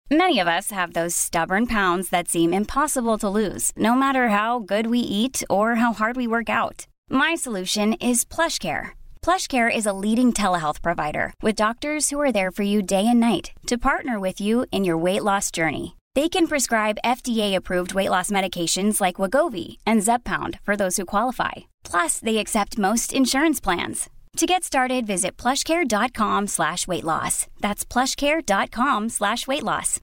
Many of us have those stubborn pounds that seem impossible to lose, no matter how good we eat or how hard we work out. My solution is PlushCare. PlushCare is a leading telehealth provider with doctors who are there for you day and night to partner with you in your weight loss journey. They can prescribe FDA-approved weight loss medications like Wegovy and Zepbound for those who qualify. Plus, they accept most insurance plans. To get started, visit plushcare.com/weightloss. That's plushcare.com/weightloss.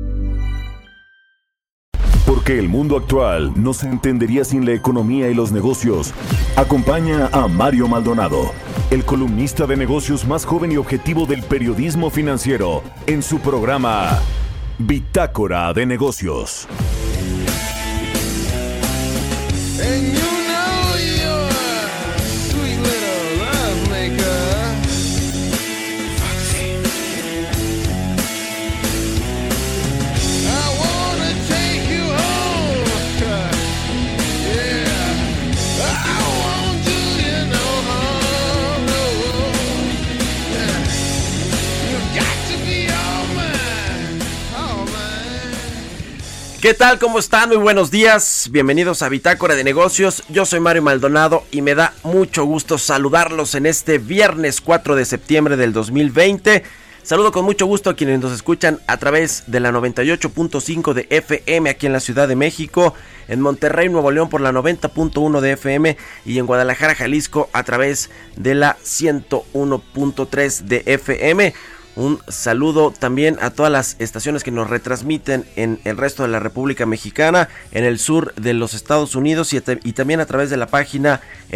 Porque el mundo actual no se entendería sin la economía y los negocios. Acompaña a Mario Maldonado, el columnista de negocios más joven y objetivo del periodismo financiero, en su programa Bitácora de Negocios. ¿Qué tal? ¿Cómo están? Muy buenos días. Bienvenidos a Bitácora de Negocios. Yo soy Mario Maldonado y me da mucho gusto saludarlos en este viernes 4 de septiembre del 2020. Saludo con mucho gusto a quienes nos escuchan a través de la 98.5 de FM aquí en la Ciudad de México, en Monterrey, Nuevo León por la 90.1 de FM y en Guadalajara, Jalisco a través de la 101.3 de FM. Un saludo también a todas las estaciones que nos retransmiten en el resto de la República Mexicana, en el sur de los Estados Unidos y también a través de la página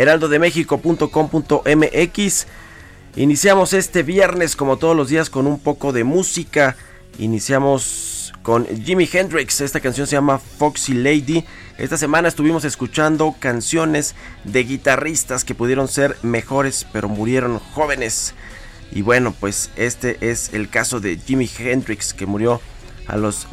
heraldodemexico.com.mx. Iniciamos este viernes como todos los días con un poco de música. Iniciamos con Jimi Hendrix, esta canción se llama Foxy Lady. Esta semana estuvimos escuchando canciones de guitarristas que pudieron ser mejores pero murieron jóvenes. Y bueno, pues este es el caso de Jimi Hendrix, que murió a los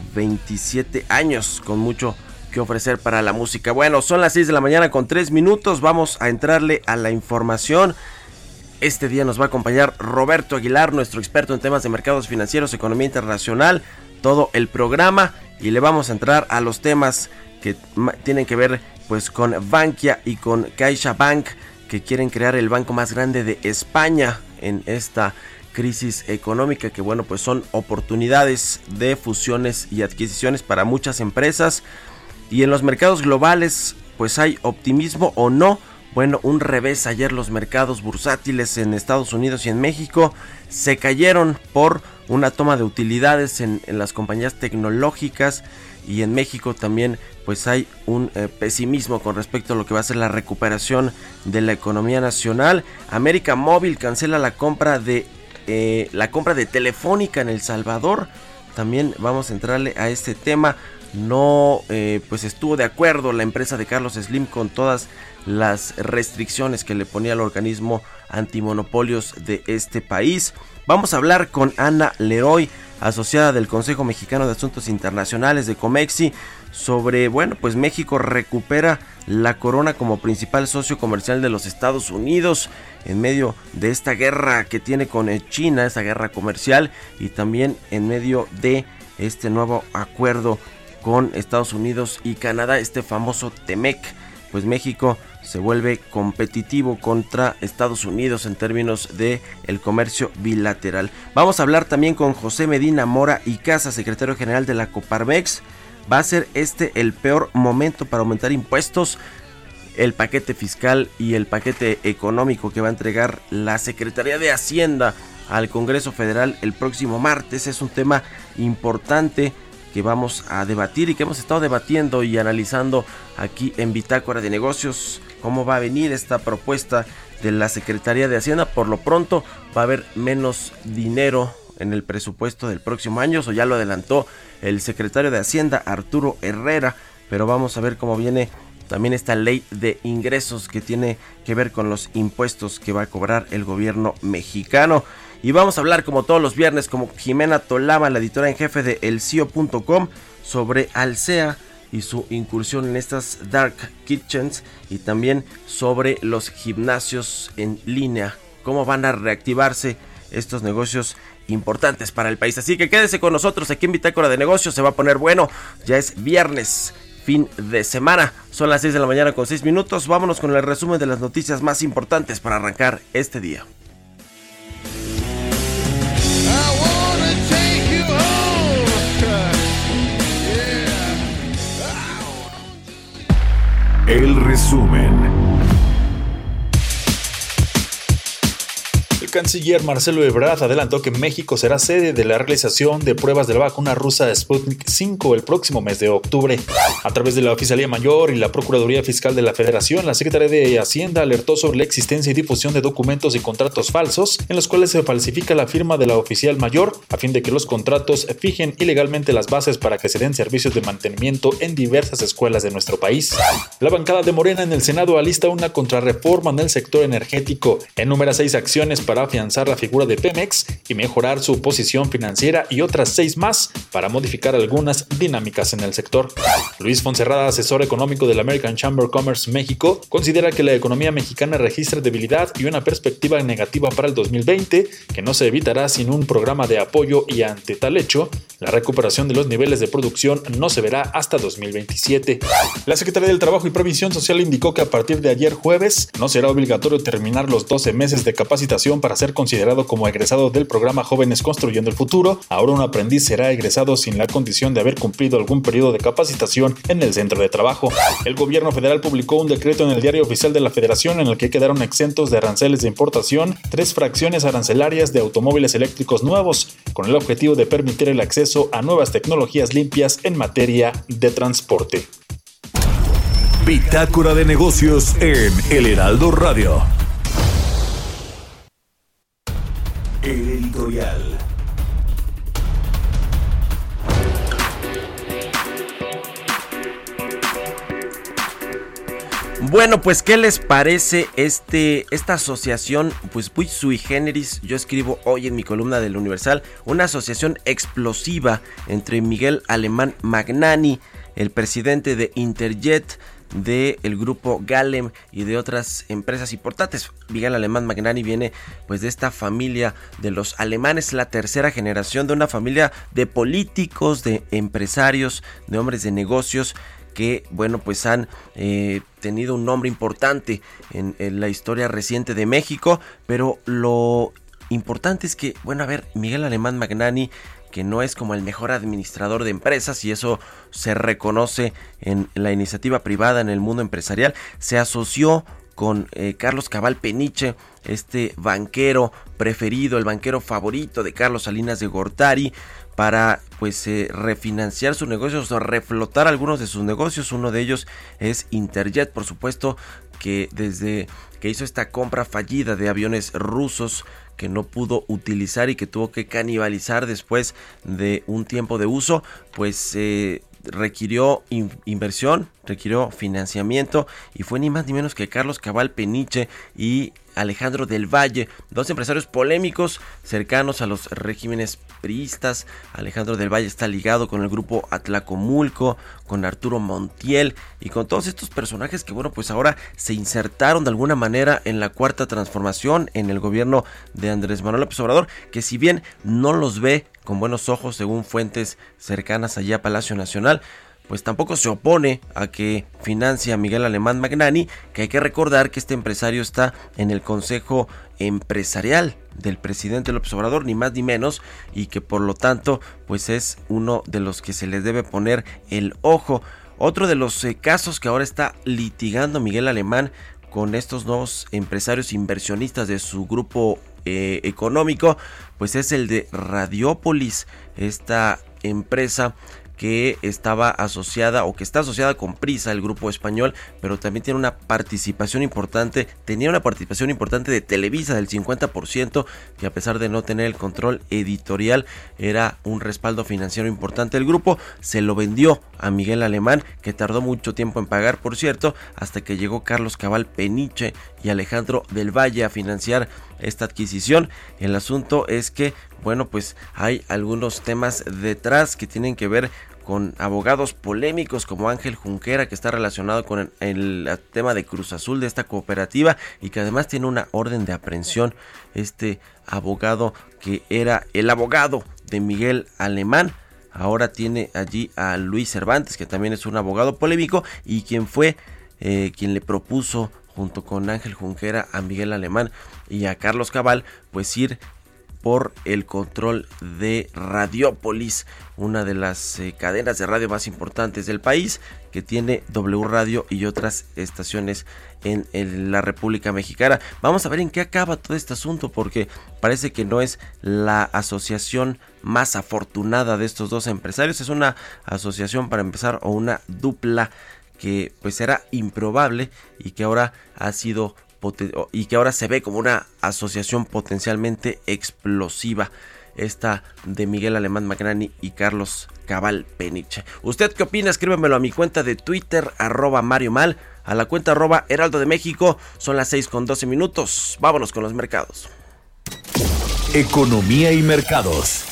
27 años con mucho que ofrecer para la música. Bueno, son las 6 de la mañana con 3 minutos, vamos a entrarle a la información. Este día nos va a acompañar Roberto Aguilar, nuestro experto en temas de mercados financieros, economía internacional, todo el programa, y le vamos a entrar a los temas que tienen que ver pues con Bankia y con CaixaBank, que quieren crear el banco más grande de España en esta crisis económica, que bueno, pues son oportunidades de fusiones y adquisiciones para muchas empresas. Y en los mercados globales, pues hay optimismo o no. Bueno, un revés ayer. Los mercados bursátiles en Estados Unidos y en México se cayeron por una toma de utilidades en las compañías tecnológicas, y en México también pues hay un pesimismo con respecto a lo que va a ser la recuperación de la economía nacional. América Móvil cancela la compra de Telefónica en El Salvador. También vamos a entrarle a este tema. No pues estuvo de acuerdo la empresa de Carlos Slim con todas las restricciones que le ponía al organismo antimonopolios de este país. Vamos a hablar con Ana Leroy, asociada del Consejo Mexicano de Asuntos Internacionales de Comexi, sobre, bueno, pues México recupera la corona como principal socio comercial de los Estados Unidos en medio de esta guerra que tiene con China, esta guerra comercial, y también en medio de este nuevo acuerdo con Estados Unidos y Canadá, este famoso TEMEC. Pues México se vuelve competitivo contra Estados Unidos en términos de el comercio bilateral. Vamos a hablar también con José Medina Mora y Casa, secretario general de la Coparmex. ¿Va a ser este el peor momento para aumentar impuestos? El paquete fiscal y el paquete económico que va a entregar la Secretaría de Hacienda al Congreso Federal el próximo martes es un tema importante que vamos a debatir y que hemos estado debatiendo y analizando aquí en Bitácora de Negocios. Cómo va a venir esta propuesta de la Secretaría de Hacienda. Por lo pronto va a haber menos dinero en el presupuesto del próximo año, eso ya lo adelantó el secretario de Hacienda, Arturo Herrera, pero vamos a ver cómo viene también esta ley de ingresos que tiene que ver con los impuestos que va a cobrar el gobierno mexicano. Y vamos a hablar como todos los viernes con Jimena Tolama, la editora en jefe de elcio.com, sobre Alsea y su incursión en estas dark kitchens, y también sobre los gimnasios en línea, cómo van a reactivarse estos negocios importantes para el país. Así que quédese con nosotros aquí en Bitácora de Negocios, se va a poner bueno, ya es viernes, fin de semana, son las 6 de la mañana con 6 minutos, vámonos con el resumen de las noticias más importantes para arrancar este día. El resumen. El canciller Marcelo Ebrard adelantó que México será sede de la realización de pruebas de la vacuna rusa Sputnik V el próximo mes de octubre. A través de la Oficialía Mayor y la Procuraduría Fiscal de la Federación, la Secretaría de Hacienda alertó sobre la existencia y difusión de documentos y contratos falsos en los cuales se falsifica la firma de la Oficial Mayor a fin de que los contratos fijen ilegalmente las bases para que se den servicios de mantenimiento en diversas escuelas de nuestro país. La bancada de Morena en el Senado alista una contrarreforma en el sector energético. Enumera 6 acciones para afianzar la figura de Pemex y mejorar su posición financiera y otras 6 más para modificar algunas dinámicas en el sector. Luis Fonserrada, asesor económico del American Chamber of Commerce México, considera que la economía mexicana registra debilidad y una perspectiva negativa para el 2020 que no se evitará sin un programa de apoyo y ante tal hecho, la recuperación de los niveles de producción no se verá hasta 2027. La Secretaría del Trabajo y Previsión Social indicó que a partir de ayer jueves no será obligatorio terminar los 12 meses de capacitación para ser considerado como egresado del programa Jóvenes Construyendo el Futuro. Ahora un aprendiz será egresado sin la condición de haber cumplido algún periodo de capacitación en el centro de trabajo. El gobierno federal publicó un decreto en el Diario Oficial de la Federación en el que quedaron exentos de aranceles de importación 3 fracciones arancelarias de automóviles eléctricos nuevos, con el objetivo de permitir el acceso a nuevas tecnologías limpias en materia de transporte. Bitácora de Negocios en El Heraldo Radio. El editorial. Bueno, pues ¿qué les parece esta asociación? Pues muy sui generis. Yo escribo hoy en mi columna del Universal una asociación explosiva entre Miguel Alemán Magnani, el presidente de Interjet, del grupo Galem y de otras empresas importantes. Miguel Alemán Magnani viene pues de esta familia de los alemanes, la tercera generación de una familia de políticos, de empresarios, de hombres de negocios que, bueno, pues han tenido un nombre importante en la historia reciente de México, pero lo importante es que, bueno, a ver, Miguel Alemán Magnani, que no es como el mejor administrador de empresas, y eso se reconoce en la iniciativa privada, en el mundo empresarial, se asoció con Carlos Cabal Peniche, este banquero preferido, el banquero favorito de Carlos Salinas de Gortari, para pues refinanciar sus negocios o reflotar algunos de sus negocios. Uno de ellos es Interjet, por supuesto, que desde que hizo esta compra fallida de aviones rusos que no pudo utilizar y que tuvo que canibalizar después de un tiempo de uso, pues requirió inversión, requirió financiamiento, y fue ni más ni menos que Carlos Cabal Peniche y Alejandro del Valle, 2 empresarios polémicos cercanos a los regímenes priistas. Alejandro del Valle está ligado con el grupo Atlacomulco, con Arturo Montiel y con todos estos personajes que, bueno, pues ahora se insertaron de alguna manera en la cuarta transformación, en el gobierno de Andrés Manuel López Obrador, que si bien no los ve con buenos ojos según fuentes cercanas allá a Palacio Nacional, pues tampoco se opone a que financie a Miguel Alemán Magnani, que hay que recordar que este empresario está en el Consejo Empresarial del presidente López Obrador, ni más ni menos, y que por lo tanto pues es uno de los que se les debe poner el ojo. Otro de los casos que ahora está litigando Miguel Alemán con estos nuevos empresarios inversionistas de su grupo económico, pues es el de Radiópolis, esta empresa que estaba asociada o que está asociada con Prisa, el grupo español, pero también tiene una participación importante, tenía una participación importante de Televisa del 50%, que a pesar de no tener el control editorial, era un respaldo financiero importante del grupo. Se lo vendió a Miguel Alemán, que tardó mucho tiempo en pagar, por cierto, hasta que llegó Carlos Cabal Peniche y Alejandro del Valle a financiar esta adquisición. El asunto es que, bueno, pues hay algunos temas detrás que tienen que ver con abogados polémicos como Ángel Junquera, que está relacionado con el tema de Cruz Azul de esta cooperativa y que además tiene una orden de aprehensión. Este abogado, que era el abogado de Miguel Alemán, ahora tiene allí a Luis Cervantes, que también es un abogado polémico y quien fue quien le propuso junto con Ángel Junquera a Miguel Alemán y a Carlos Cabal pues ir por el control de Radiópolis, una de las cadenas de radio más importantes del país, que tiene W Radio y otras estaciones en la República Mexicana. Vamos a ver en qué acaba todo este asunto, porque parece que no es la asociación más afortunada de estos dos empresarios. Es una asociación, para empezar, o una dupla que pues era improbable y que ahora se ve como una asociación potencialmente explosiva, esta de Miguel Alemán Magnani y Carlos Cabal Peniche. ¿Usted qué opina? Escríbemelo a mi cuenta de Twitter, @MarioMal, a la cuenta @Heraldo de México. Son las 6:12. Vámonos con los mercados. Economía y mercados.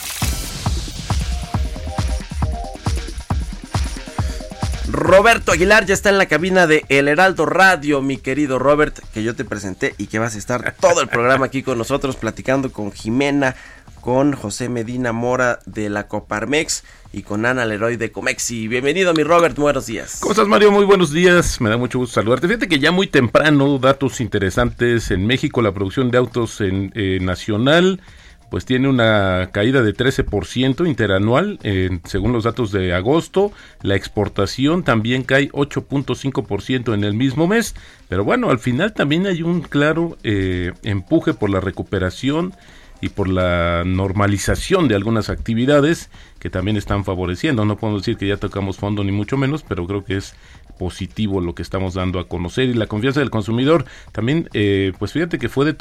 Roberto Aguilar ya está en la cabina de El Heraldo Radio, mi querido Robert, que yo te presenté y que vas a estar todo el programa aquí con nosotros platicando con Jimena, con José Medina Mora de la Coparmex y con Ana Leroy de Comexi. Bienvenido, mi Robert, buenos días. ¿Cómo estás, Mario? Muy buenos días, me da mucho gusto saludarte. Fíjate que ya muy temprano, datos interesantes en México. La producción de autos nacional pues tiene una caída de 13% interanual, según los datos de agosto. La exportación también cae 8.5% en el mismo mes, pero bueno, al final también hay un claro empuje por la recuperación y por la normalización de algunas actividades que también están favoreciendo. No podemos decir que ya tocamos fondo ni mucho menos, pero creo que es positivo lo que estamos dando a conocer. Y la confianza del consumidor también, pues fíjate que fue de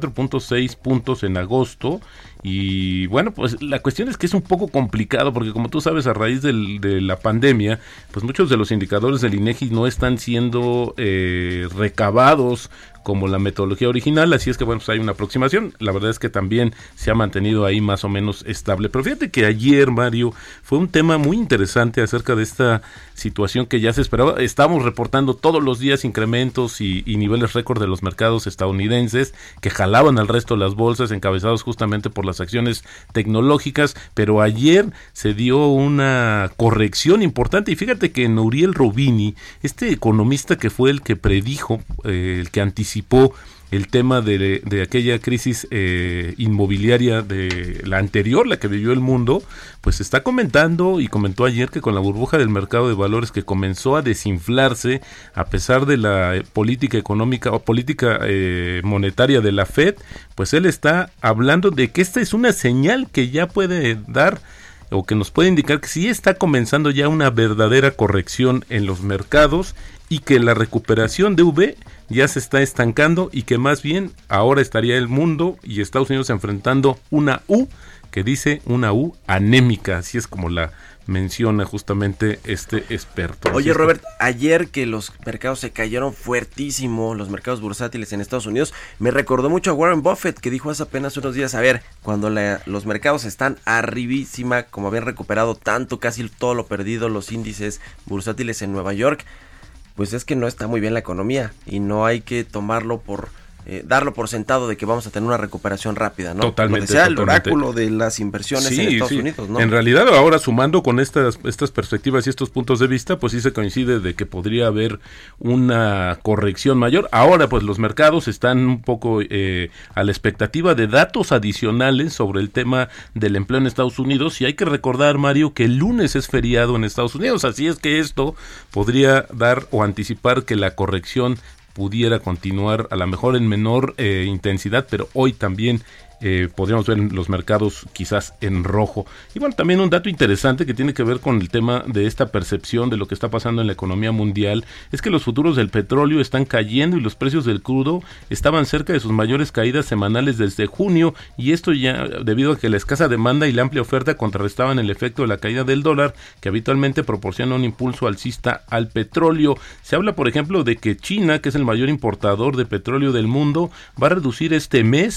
34.6 puntos en agosto. Y bueno, pues la cuestión es que es un poco complicado porque, como tú sabes, a raíz de la pandemia, pues muchos de los indicadores del INEGI no están siendo recabados como la metodología original, así es que bueno, pues hay una aproximación. La verdad es que también se ha mantenido ahí más o menos estable. Pero fíjate que ayer, Mario, fue un tema muy interesante acerca de esta situación que ya se esperaba. Estamos reportando todos los días incrementos y niveles récord de los mercados estadounidenses que jalaban al resto de las bolsas, encabezados justamente por las acciones tecnológicas, pero ayer se dio una corrección importante. Y fíjate que Nouriel Roubini, este economista que fue el que predijo, el que anticipó el tema de aquella crisis inmobiliaria de la anterior, la que vivió el mundo, pues está comentando y comentó ayer que con la burbuja del mercado de valores que comenzó a desinflarse a pesar de la política económica o política monetaria de la Fed, pues él está hablando de que esta es una señal que ya puede dar o que nos puede indicar que sí está comenzando ya una verdadera corrección en los mercados y que la recuperación de V ya se está estancando y que más bien ahora estaría el mundo y Estados Unidos enfrentando una U, que dice una U anémica, así es como la menciona justamente este experto. Oye, Robert, ayer que los mercados se cayeron fuertísimo, los mercados bursátiles en Estados Unidos, me recordó mucho a Warren Buffett, que dijo hace apenas unos días, a ver, cuando los mercados están arribísima, como habían recuperado tanto, casi todo lo perdido, los índices bursátiles en Nueva York, pues es que no está muy bien la economía y no hay que tomarlo darlo por sentado de que vamos a tener una recuperación rápida, ¿no? Totalmente. Lo decía el oráculo de las inversiones en Estados Unidos, ¿no? En realidad ahora sumando con estas perspectivas y estos puntos de vista, pues sí se coincide de que podría haber una corrección mayor. Ahora pues los mercados están un poco a la expectativa de datos adicionales sobre el tema del empleo en Estados Unidos, y hay que recordar, Mario, que el lunes es feriado en Estados Unidos, así es que esto podría dar o anticipar que la corrección pudiera continuar, a lo mejor en menor intensidad, pero hoy también podríamos ver los mercados quizás en rojo. Y bueno, también un dato interesante que tiene que ver con el tema de esta percepción de lo que está pasando en la economía mundial, es que los futuros del petróleo están cayendo y los precios del crudo estaban cerca de sus mayores caídas semanales desde junio, y esto ya debido a que la escasa demanda y la amplia oferta contrarrestaban el efecto de la caída del dólar, que habitualmente proporciona un impulso alcista al petróleo. Se habla, por ejemplo, de que China, que es el mayor importador de petróleo del mundo, va a reducir este mes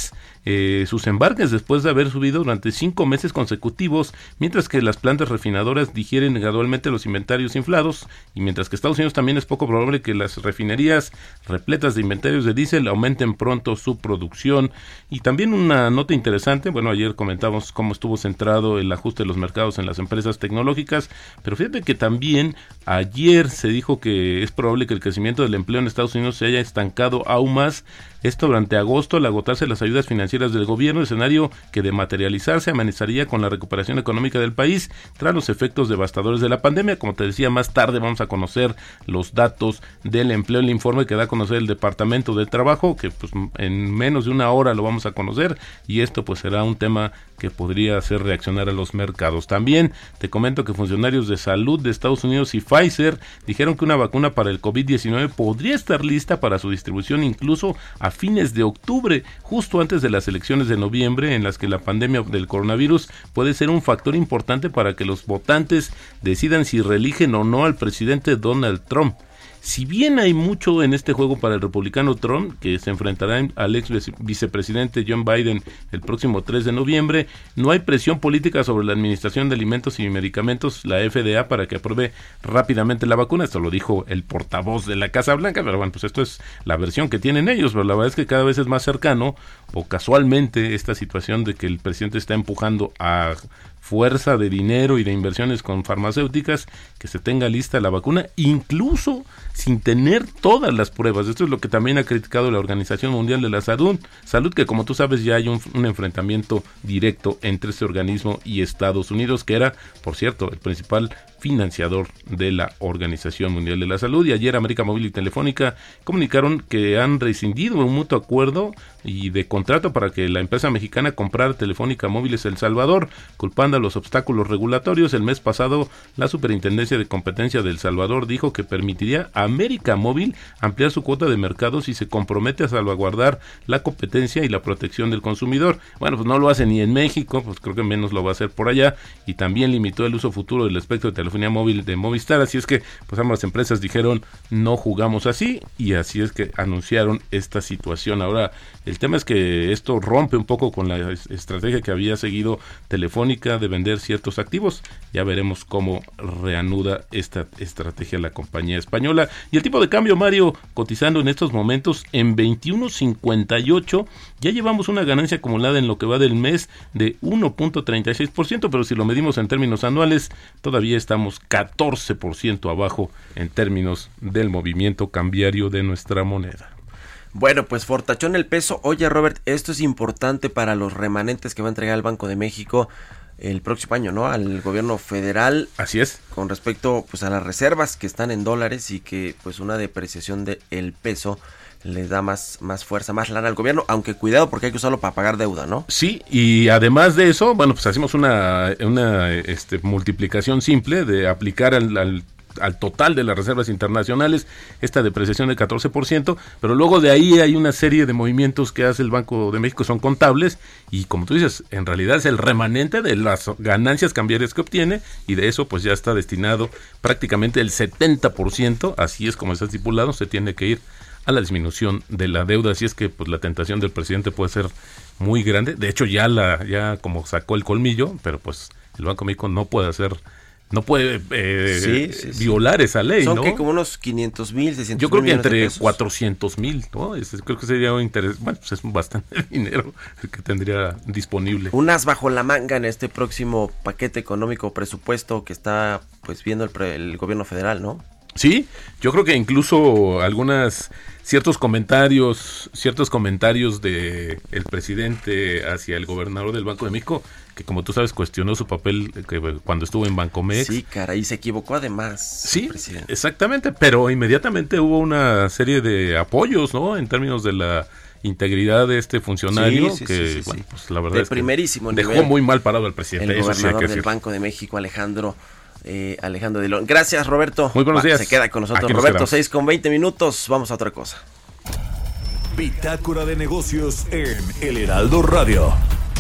sus embarques después de haber subido durante 5 meses consecutivos, mientras que las plantas refinadoras digieren gradualmente los inventarios inflados, y mientras que Estados Unidos también es poco probable que las refinerías repletas de inventarios de diésel aumenten pronto su producción. Y también una nota interesante, bueno, ayer comentamos cómo estuvo centrado el ajuste de los mercados en las empresas tecnológicas, pero fíjate que también ayer se dijo que es probable que el crecimiento del empleo en Estados Unidos se haya estancado aún más, esto durante agosto al agotarse las ayudas financieras del gobierno, escenario que de materializarse amenazaría con la recuperación económica del país tras los efectos devastadores de la pandemia. Como te decía, más tarde vamos a conocer los datos del empleo, el informe que da a conocer el Departamento de Trabajo, que pues en menos de una hora lo vamos a conocer, y esto pues será un tema que podría hacer reaccionar a los mercados. También te comento que funcionarios de salud de Estados Unidos y Pfizer dijeron que una vacuna para el COVID-19 podría estar lista para su distribución incluso a fines de octubre, justo antes de las elecciones de noviembre, en las que la pandemia del coronavirus puede ser un factor importante para que los votantes decidan si reeligen o no al presidente Donald Trump. Si bien hay mucho en este juego para el republicano Trump, que se enfrentará al ex vicepresidente John Biden el próximo 3 de noviembre, no hay presión política sobre la Administración de Alimentos y Medicamentos, la FDA, para que apruebe rápidamente la vacuna. Esto lo dijo el portavoz de la Casa Blanca, pero bueno, pues esto es la versión que tienen ellos, pero la verdad es que cada vez es más cercano, o casualmente, esta situación de que el presidente está empujando a fuerza de dinero y de inversiones con farmacéuticas, que se tenga lista la vacuna, incluso sin tener todas las pruebas. Esto es lo que también ha criticado la Organización Mundial de la Salud, que como tú sabes ya hay un enfrentamiento directo entre este organismo y Estados Unidos, que era, por cierto, el principal financiador de la Organización Mundial de la Salud. Y ayer América Móvil y Telefónica comunicaron que han rescindido un mutuo acuerdo y de contrato para que la empresa mexicana comprara Telefónica Móviles El Salvador, culpando a los obstáculos regulatorios. El mes pasado, la Superintendencia de Competencia de El Salvador dijo que permitiría a América Móvil ampliar su cuota de mercado si se compromete a salvaguardar la competencia y la protección del consumidor. Bueno, pues no lo hace ni en México, pues creo que menos lo va a hacer por allá, y también limitó el uso futuro del espectro de telefonía móvil de Movistar. Así es que pues ambas empresas dijeron no jugamos así, y así es que anunciaron esta situación. Ahora el tema es que esto rompe un poco con la estrategia que había seguido Telefónica de vender ciertos activos. Ya veremos cómo reanuda esta estrategia la compañía española. Y el tipo de cambio, Mario, cotizando en estos momentos en 21.58, ya llevamos una ganancia acumulada en lo que va del mes de 1.36%, pero si lo medimos en términos anuales, todavía estamos 14% abajo en términos del movimiento cambiario de nuestra moneda. Bueno, pues fortachón el peso. Oye, Robert, esto es importante para los remanentes que va a entregar el Banco de México el próximo año, ¿no? Al gobierno federal. Así es. Con respecto pues a las reservas que están en dólares, y que pues una depreciación del peso le da más fuerza, más lana al gobierno, aunque cuidado porque hay que usarlo para pagar deuda, ¿no? Sí, y además de eso, bueno, pues hacemos una multiplicación simple de aplicar al total de las reservas internacionales esta depreciación de 14%, pero luego de ahí hay una serie de movimientos que hace el Banco de México, son contables, y como tú dices, en realidad es el remanente de las ganancias cambiarias que obtiene, y de eso pues ya está destinado prácticamente el 70%, así es como está estipulado, se tiene que ir a la disminución de la deuda. Así es que pues la tentación del presidente puede ser muy grande. De hecho ya como sacó el colmillo, pero pues el Banco de México no puede violar esa ley, son ¿no? que como unos 500,000, 600,000. Yo creo que entre 400,000, ¿no? Creo que sería un interés. Bueno, pues es bastante dinero el que tendría disponible. Un as bajo la manga en este próximo paquete económico, presupuesto que está pues viendo el gobierno federal, ¿no? Sí, yo creo que incluso ciertos comentarios de el presidente hacia el gobernador del Banco de México, que como tú sabes cuestionó su papel cuando estuvo en Bancomex. Sí, caray, se equivocó además. Sí, exactamente, pero inmediatamente hubo una serie de apoyos, ¿no? En términos de la integridad de este funcionario, pues la verdad de es primerísimo que dejó nivel, muy mal parado al presidente. El gobernador del Banco de México, Alejandro de León. Gracias, Roberto. Muy buenos días. Se queda con nosotros Roberto, 6:20. Vamos a otra cosa. Bitácora de negocios en El Heraldo Radio.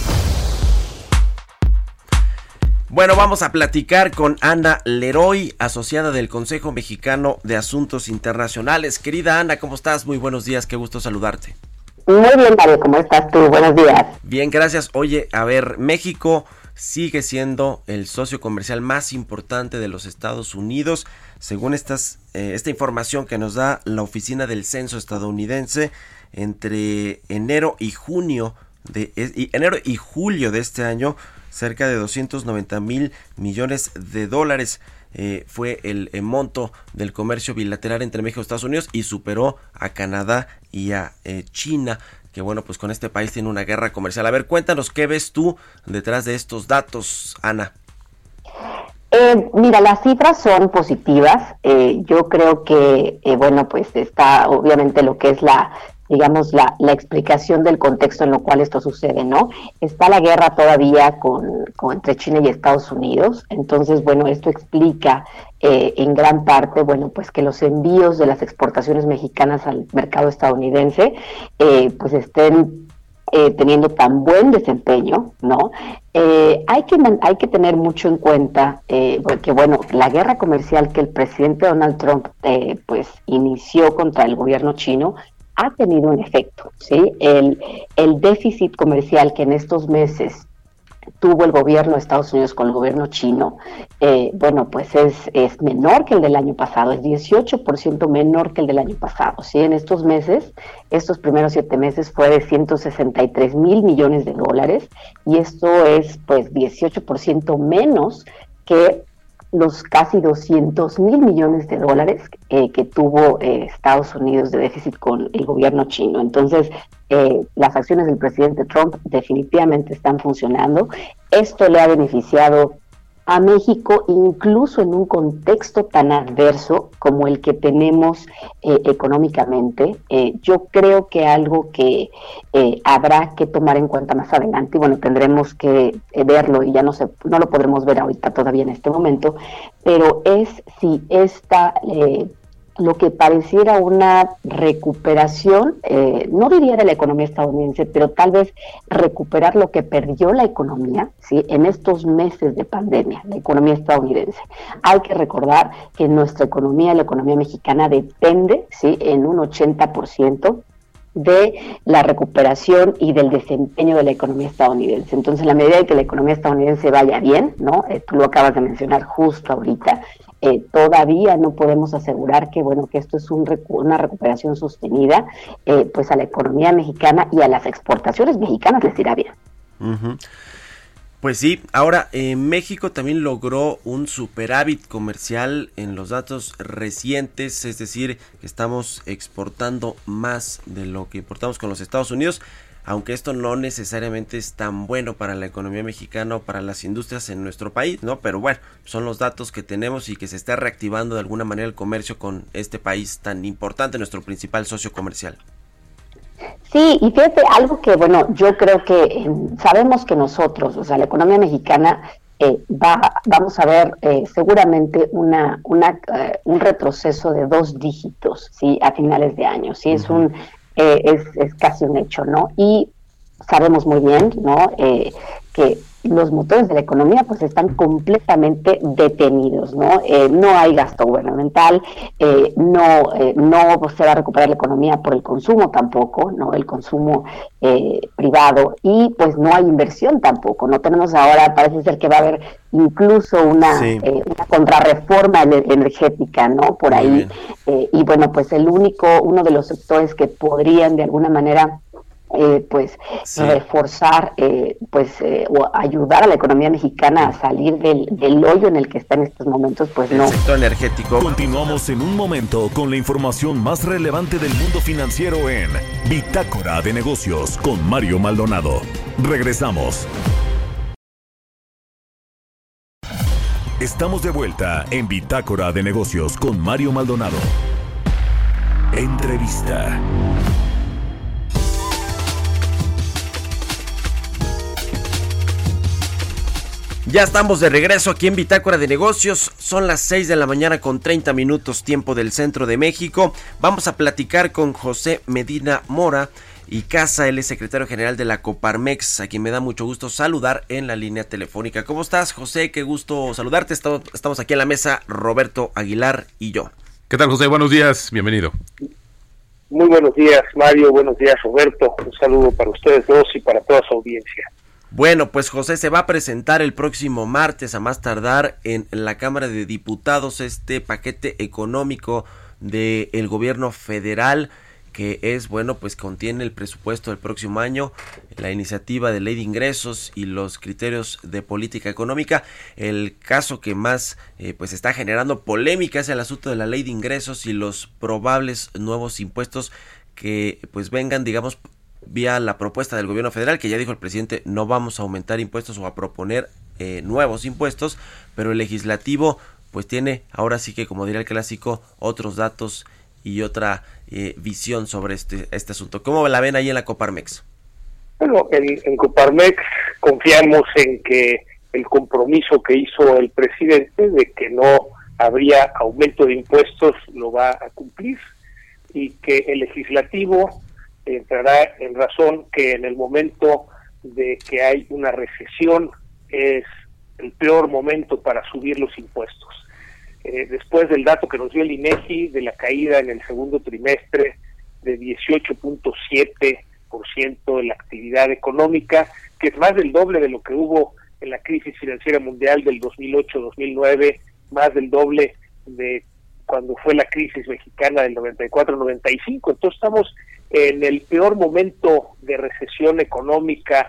Bueno, vamos a platicar con Ana Leroy, asociada del Consejo Mexicano de Asuntos Internacionales. Querida Ana, ¿cómo estás? Muy buenos días, qué gusto saludarte. Muy bien, Mario, ¿cómo estás tú? Buenos días. Bien, gracias. Oye, a ver, México sigue siendo el socio comercial más importante de los Estados Unidos, según esta información que nos da la Oficina del Censo estadounidense. Entre enero y julio de este año, cerca de 290 millones de dólares fue el monto del comercio bilateral entre México y Estados Unidos, y superó a Canadá y a China, que bueno, pues con este país tiene una guerra comercial. A ver, cuéntanos, ¿qué ves tú detrás de estos datos, Ana? Mira, las cifras son positivas. Yo creo que, bueno, pues está obviamente lo que es la explicación del contexto en lo cual esto sucede, ¿no? Está la guerra todavía entre China y Estados Unidos. Entonces, bueno, esto explica en gran parte, bueno, pues que los envíos de las exportaciones mexicanas al mercado estadounidense pues estén teniendo tan buen desempeño, ¿no? Hay que tener mucho en cuenta porque, bueno, la guerra comercial que el presidente Donald Trump pues inició contra el gobierno chino ha tenido un efecto, ¿sí? El déficit comercial que en estos meses tuvo el gobierno de Estados Unidos con el gobierno chino, bueno, pues es menor que el del año pasado, es 18% menor que el del año pasado, ¿sí? En estos meses, estos primeros 7 meses fue de 163 mil millones de dólares, y esto es pues 18% menos que los casi 200 mil millones de dólares que tuvo Estados Unidos de déficit con el gobierno chino. Entonces, las acciones del presidente Trump definitivamente están funcionando. Esto le ha beneficiado a México, incluso en un contexto tan adverso como el que tenemos económicamente. Yo creo que algo que habrá que tomar en cuenta más adelante, y bueno, tendremos que verlo, y ya no lo podremos ver ahorita todavía en este momento, pero es si lo que pareciera una recuperación, no diría de la economía estadounidense, pero tal vez recuperar lo que perdió la economía, ¿sí? En estos meses de pandemia, la economía estadounidense. Hay que recordar que nuestra economía, la economía mexicana, depende, ¿sí?, en un 80% de la recuperación y del desempeño de la economía estadounidense. Entonces, en la medida de que la economía estadounidense vaya bien, ¿no? Tú lo acabas de mencionar justo ahorita, todavía no podemos asegurar que, bueno, que esto es una recuperación sostenida, pues a la economía mexicana y a las exportaciones mexicanas les irá bien. Uh-huh. Pues sí, ahora México también logró un superávit comercial en los datos recientes, es decir, que estamos exportando más de lo que importamos con los Estados Unidos, aunque esto no necesariamente es tan bueno para la economía mexicana o para las industrias en nuestro país, ¿no? Pero bueno, son los datos que tenemos, y que se está reactivando de alguna manera el comercio con este país tan importante, nuestro principal socio comercial. Sí, y fíjate, algo que, bueno, yo creo que sabemos que nosotros, o sea, la economía mexicana vamos a ver seguramente un retroceso de 2 dígitos, ¿sí?, a finales de año, ¿sí? Uh-huh. Es casi un hecho, ¿no? Y sabemos muy bien, ¿no?, que los motores de la economía pues están completamente detenidos, ¿no? No hay gasto gubernamental, no se va a recuperar la economía por el consumo tampoco, ¿no? El consumo privado, y pues no hay inversión tampoco. No tenemos ahora, parece ser que va a haber incluso una contrarreforma energética, ¿no? Por ahí. Y bueno, pues uno de los sectores que podrían de alguna manera reforzar o ayudar a la economía mexicana a salir del hoyo en el que está en estos momentos, pues no. El sector energético. Continuamos en un momento con la información más relevante del mundo financiero en Bitácora de Negocios con Mario Maldonado. Regresamos. Estamos de vuelta en Bitácora de Negocios con Mario Maldonado. Entrevista. Ya estamos de regreso aquí en Bitácora de Negocios. Son las 6 de la mañana con 30 minutos tiempo del centro de México. Vamos a platicar con José Medina Mora y Casa, él es secretario general de la Coparmex, a quien me da mucho gusto saludar en la línea telefónica. ¿Cómo estás, José? Qué gusto saludarte. Estamos aquí en la mesa, Roberto Aguilar y yo. ¿Qué tal, José? Buenos días, bienvenido. Muy buenos días, Mario, buenos días, Roberto. Un saludo para ustedes dos y para toda su audiencia. Bueno, pues José, se va a presentar el próximo martes, a más tardar, en la Cámara de Diputados este paquete económico del gobierno federal, que es, bueno, pues contiene el presupuesto del próximo año, la iniciativa de ley de ingresos y los criterios de política económica. El caso que más pues está generando polémica es el asunto de la ley de ingresos y los probables nuevos impuestos que pues vengan, digamos, vía la propuesta del gobierno federal, que ya dijo el presidente, no vamos a aumentar impuestos o a proponer nuevos impuestos, pero el legislativo pues tiene, ahora sí que, como diría el clásico, otros datos y otra visión sobre este asunto. ¿Cómo la ven ahí en la Coparmex? Bueno, en Coparmex confiamos en que el compromiso que hizo el presidente de que no habría aumento de impuestos lo va a cumplir, y que el legislativo entrará en razón que en el momento de que hay una recesión es el peor momento para subir los impuestos. Después del dato que nos dio el INEGI de la caída en el segundo trimestre de 18.7% de la actividad económica, que es más del doble de lo que hubo en la crisis financiera mundial del 2008-2009, más del doble de cuando fue la crisis mexicana del 94-95. Entonces estamos en el peor momento de recesión económica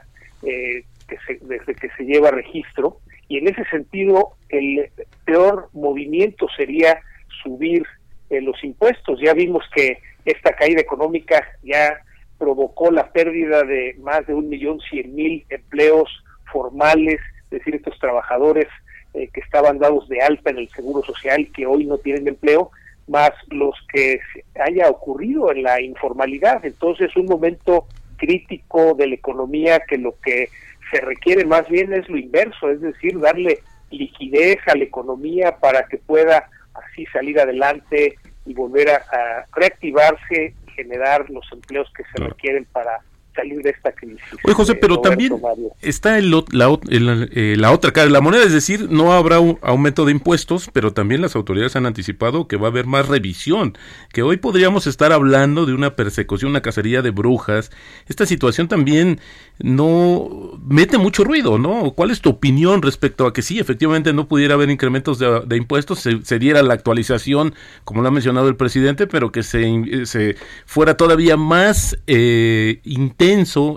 desde que se lleva registro, y en ese sentido el peor movimiento sería subir los impuestos. Ya vimos que esta caída económica ya provocó la pérdida de más de 1.100.000 empleos formales, es decir, estos trabajadores que estaban dados de alta en el Seguro Social, que hoy no tienen empleo, más los que haya ocurrido en la informalidad. Entonces, un momento crítico de la economía, que lo que se requiere más bien es lo inverso, es decir, darle liquidez a la economía para que pueda así salir adelante y volver a reactivarse y generar los empleos que se requieren para salir de esta crisis. Oye, José, pero Roberto, también Mario, está la otra cara de la moneda, es decir, no habrá un aumento de impuestos, pero también las autoridades han anticipado que va a haber más revisión, que hoy podríamos estar hablando de una persecución, una cacería de brujas. Esta situación también no mete mucho ruido, ¿no? ¿Cuál es tu opinión respecto a que sí, efectivamente no pudiera haber incrementos de impuestos, se diera la actualización, como lo ha mencionado el presidente, pero que se fuera todavía más intenso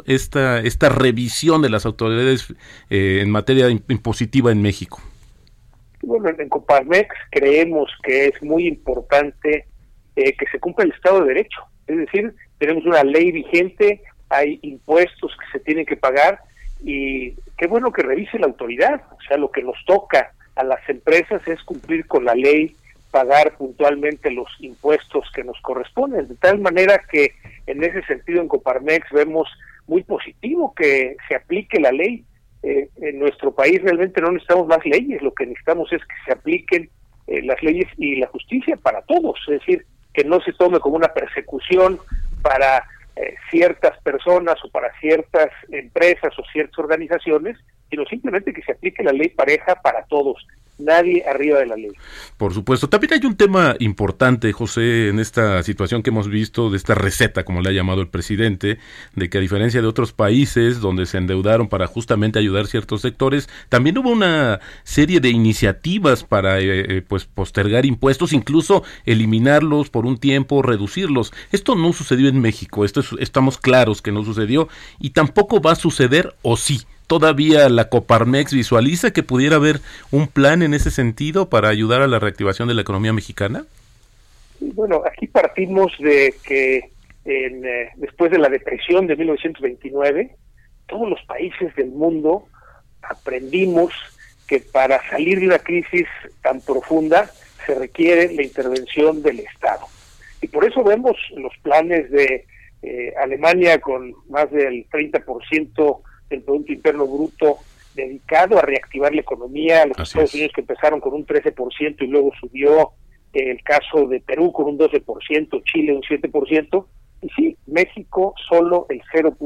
esta revisión de las autoridades en materia impositiva en México? Bueno, en Coparmex creemos que es muy importante que se cumpla el Estado de Derecho. Es decir, tenemos una ley vigente, hay impuestos que se tienen que pagar, y qué bueno que revise la autoridad. O sea, lo que nos toca a las empresas es cumplir con la ley, pagar puntualmente los impuestos que nos corresponden, de tal manera que en ese sentido en Coparmex vemos muy positivo que se aplique la ley. En nuestro país realmente no necesitamos más leyes, lo que necesitamos es que se apliquen las leyes y la justicia para todos, es decir, que no se tome como una persecución para ciertas personas o para ciertas empresas o ciertas organizaciones, sino simplemente que se aplique la ley pareja para todos. Nadie arriba de la ley. Por supuesto. También hay un tema importante, José, en esta situación que hemos visto, de esta receta, como le ha llamado el presidente, de que a diferencia de otros países donde se endeudaron para justamente ayudar ciertos sectores, también hubo una serie de iniciativas para pues postergar impuestos, incluso eliminarlos por un tiempo, reducirlos. Esto no sucedió en México, estamos claros que no sucedió, y tampoco va a suceder, ¿o sí? ¿Todavía la Coparmex visualiza que pudiera haber un plan en ese sentido para ayudar a la reactivación de la economía mexicana? Bueno, aquí partimos de que después de la depresión de 1929, todos los países del mundo aprendimos que para salir de una crisis tan profunda se requiere la intervención del Estado. Y por eso vemos los planes de Alemania con más del 30% del Producto Interno Bruto dedicado a reactivar la economía, los Estados Unidos que empezaron con un 13% y luego subió, el caso de Perú con un 12%, Chile un 7%, y sí, México solo el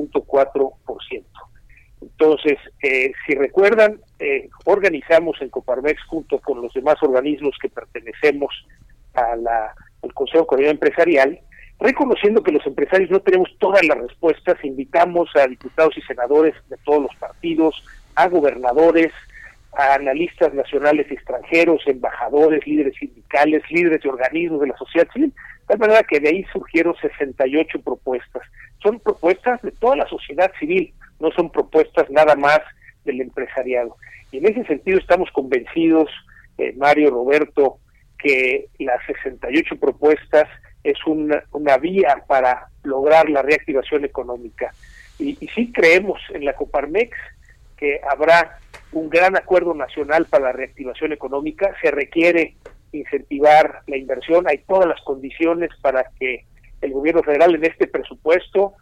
0.4%. Entonces, si recuerdan, organizamos en Coparmex junto con los demás organismos que pertenecemos al Consejo de Coordinación Empresarial, reconociendo que los empresarios no tenemos todas las respuestas, invitamos a diputados y senadores de todos los partidos, a gobernadores, a analistas nacionales y extranjeros, embajadores, líderes sindicales, líderes de organismos de la sociedad civil, de tal manera que de ahí surgieron 68 propuestas. Son propuestas de toda la sociedad civil, no son propuestas nada más del empresariado. Y en ese sentido estamos convencidos, Mario, Roberto, que las 68 propuestas es una vía para lograr la reactivación económica. Y sí creemos en la Coparmex que habrá un gran acuerdo nacional para la reactivación económica. Se requiere incentivar la inversión, hay todas las condiciones para que el gobierno federal en este presupuesto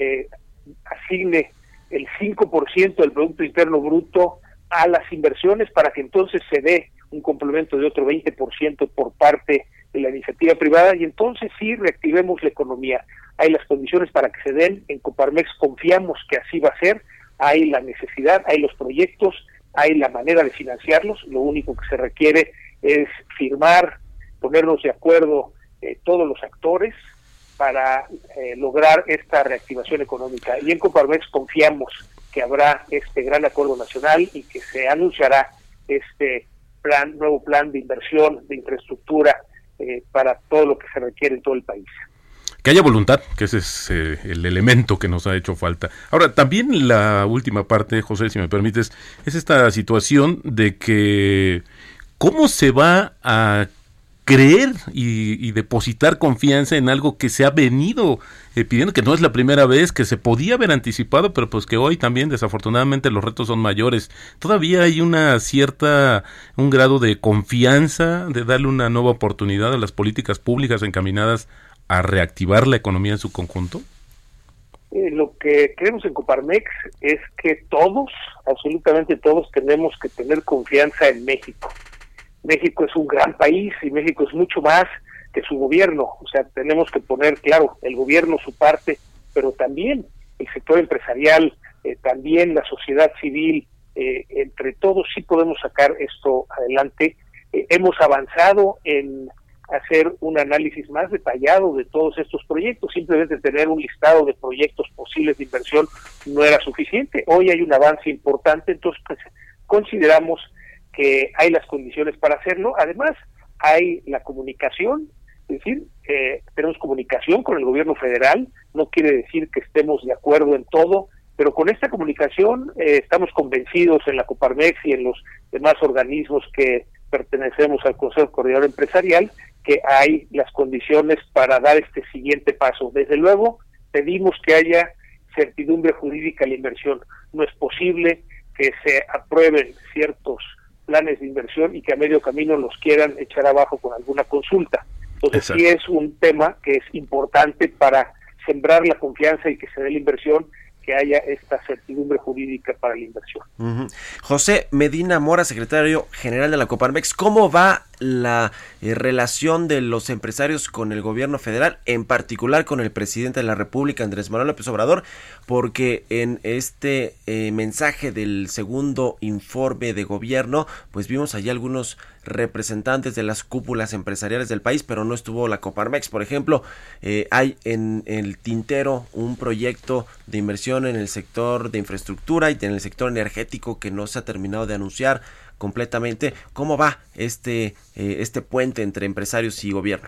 asigne el 5% del Producto Interno Bruto a las inversiones para que entonces se dé un complemento de otro 20% por parte de la iniciativa privada y entonces sí reactivemos la economía. Hay las condiciones para que se den, en Coparmex confiamos que así va a ser, hay la necesidad, hay los proyectos, hay la manera de financiarlos, lo único que se requiere es firmar, ponernos de acuerdo todos los actores para lograr esta reactivación económica. Y en Coparmex confiamos que habrá este gran acuerdo nacional y que se anunciará este nuevo plan de inversión, de infraestructura para todo lo que se requiere en todo el país. Que haya voluntad, que ese es el elemento que nos ha hecho falta. Ahora, también la última parte, José, si me permites, es esta situación de que cómo se va a creer y depositar confianza en algo que se ha venido pidiendo, que no es la primera vez, que se podía haber anticipado, pero pues que hoy también desafortunadamente los retos son mayores. Todavía hay un grado de confianza, de darle una nueva oportunidad a las políticas públicas encaminadas a reactivar la economía en su conjunto. Lo que creemos en Coparmex es que todos, absolutamente todos, tenemos que tener confianza en México. México es un gran país y México es mucho más que su gobierno. O sea, tenemos que poner, claro, el gobierno su parte, pero también el sector empresarial, también la sociedad civil, entre todos sí podemos sacar esto adelante. Hemos avanzado en hacer un análisis más detallado de todos estos proyectos. Simplemente tener un listado de proyectos posibles de inversión no era suficiente. Hoy hay un avance importante, entonces pues, consideramos que hay las condiciones para hacerlo. Además, hay la comunicación, es decir, tenemos comunicación con el gobierno federal, no quiere decir que estemos de acuerdo en todo, pero con esta comunicación estamos convencidos en la Coparmex y en los demás organismos que pertenecemos al Consejo Coordinador Empresarial, que hay las condiciones para dar este siguiente paso. Desde luego, pedimos que haya certidumbre jurídica a la inversión. No es posible que se aprueben ciertos planes de inversión y que a medio camino los quieran echar abajo con alguna consulta. Entonces sí es un tema que es importante para sembrar la confianza y que se dé la inversión, que haya esta certidumbre jurídica para la inversión. José Medina Mora, secretario general de la Coparmex, ¿cómo va la relación de los empresarios con el gobierno federal, en particular con el presidente de la República, Andrés Manuel López Obrador? Porque en este mensaje del segundo informe de gobierno, pues vimos allí algunos representantes de las cúpulas empresariales del país, pero no estuvo la Coparmex. Por ejemplo, hay en el tintero un proyecto de inversión en el sector de infraestructura y en el sector energético que no se ha terminado de anunciar completamente. ¿Cómo va este puente entre empresarios y gobierno?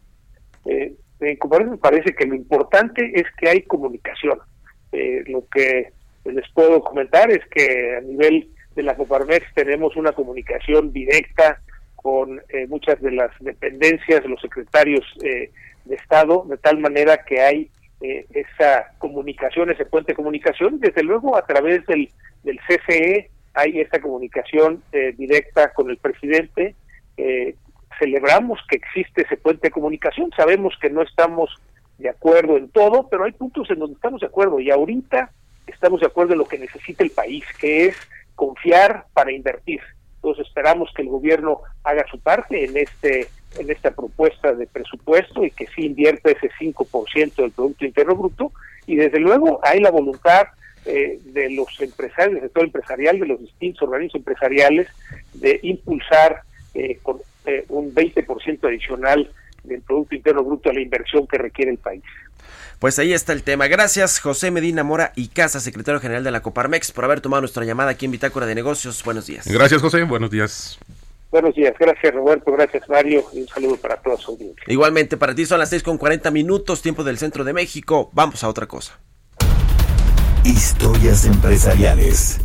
Como me parece que lo importante es que hay comunicación. Lo que les puedo comentar es que a nivel de la Coparmex tenemos una comunicación directa con muchas de las dependencias de los secretarios de Estado, de tal manera que hay esa comunicación, ese puente de comunicación. Desde luego, a través del CFE hay esta comunicación directa con el presidente. Celebramos que existe ese puente de comunicación. Sabemos que no estamos de acuerdo en todo, pero hay puntos en donde estamos de acuerdo, y ahorita estamos de acuerdo en lo que necesita el país, que es confiar para invertir. Entonces esperamos que el gobierno haga su parte en esta propuesta de presupuesto y que sí invierta ese 5% del Producto Interno Bruto, y desde luego hay la voluntad de los empresarios, del sector empresarial, de los distintos organismos empresariales, de impulsar con un 20% adicional del Producto Interno Bruto a la inversión que requiere el país. Pues ahí está el tema. Gracias, José Medina Mora y Casa, secretario general de la Coparmex, por haber tomado nuestra llamada aquí en Bitácora de Negocios. Buenos días. Gracias, José. Buenos días. Buenos días. Gracias, Roberto. Gracias, Mario. Y un saludo para toda su audiencia. Igualmente, para ti son las 6:40, tiempo del centro de México. Vamos a otra cosa. Historias empresariales.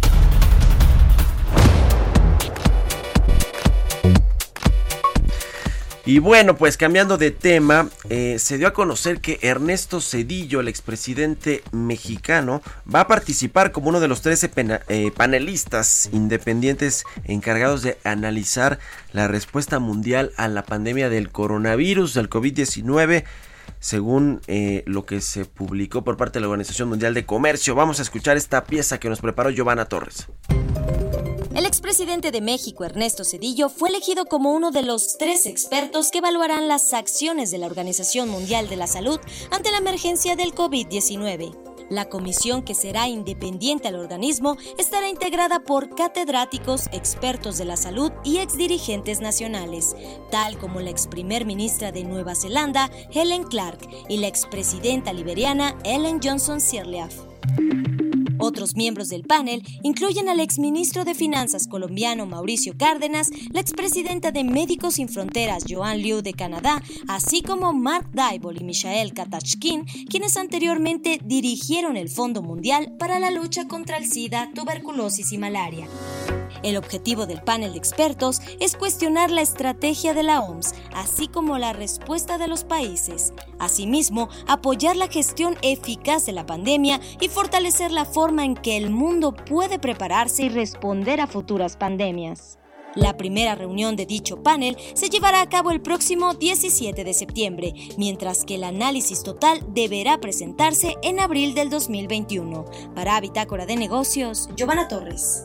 Y bueno, pues cambiando de tema, se dio a conocer que Ernesto Zedillo, el expresidente mexicano, va a participar como uno de los 13 panelistas independientes encargados de analizar la respuesta mundial a la pandemia del coronavirus, del COVID-19, según lo que se publicó por parte de la Organización Mundial de Comercio. Vamos a escuchar esta pieza que nos preparó Giovanna Torres. El expresidente de México, Ernesto Zedillo, fue elegido como uno de los 3 expertos que evaluarán las acciones de la Organización Mundial de la Salud ante la emergencia del COVID-19. La comisión, que será independiente al organismo, estará integrada por catedráticos, expertos de la salud y exdirigentes nacionales, tal como la ex primer ministra de Nueva Zelanda, Helen Clark, y la expresidenta liberiana, Ellen Johnson Sirleaf. Otros miembros del panel incluyen al exministro de Finanzas colombiano Mauricio Cárdenas, la expresidenta de Médicos Sin Fronteras Joan Liu de Canadá, así como Mark Dybul y Michael Katashkin, quienes anteriormente dirigieron el Fondo Mundial para la lucha contra el SIDA, tuberculosis y malaria. El objetivo del panel de expertos es cuestionar la estrategia de la OMS, así como la respuesta de los países. Asimismo, apoyar la gestión eficaz de la pandemia y fortalecer la forma en que el mundo puede prepararse y responder a futuras pandemias. La primera reunión de dicho panel se llevará a cabo el próximo 17 de septiembre, mientras que el análisis total deberá presentarse en abril del 2021. Para Bitácora de Negocios, Giovanna Torres.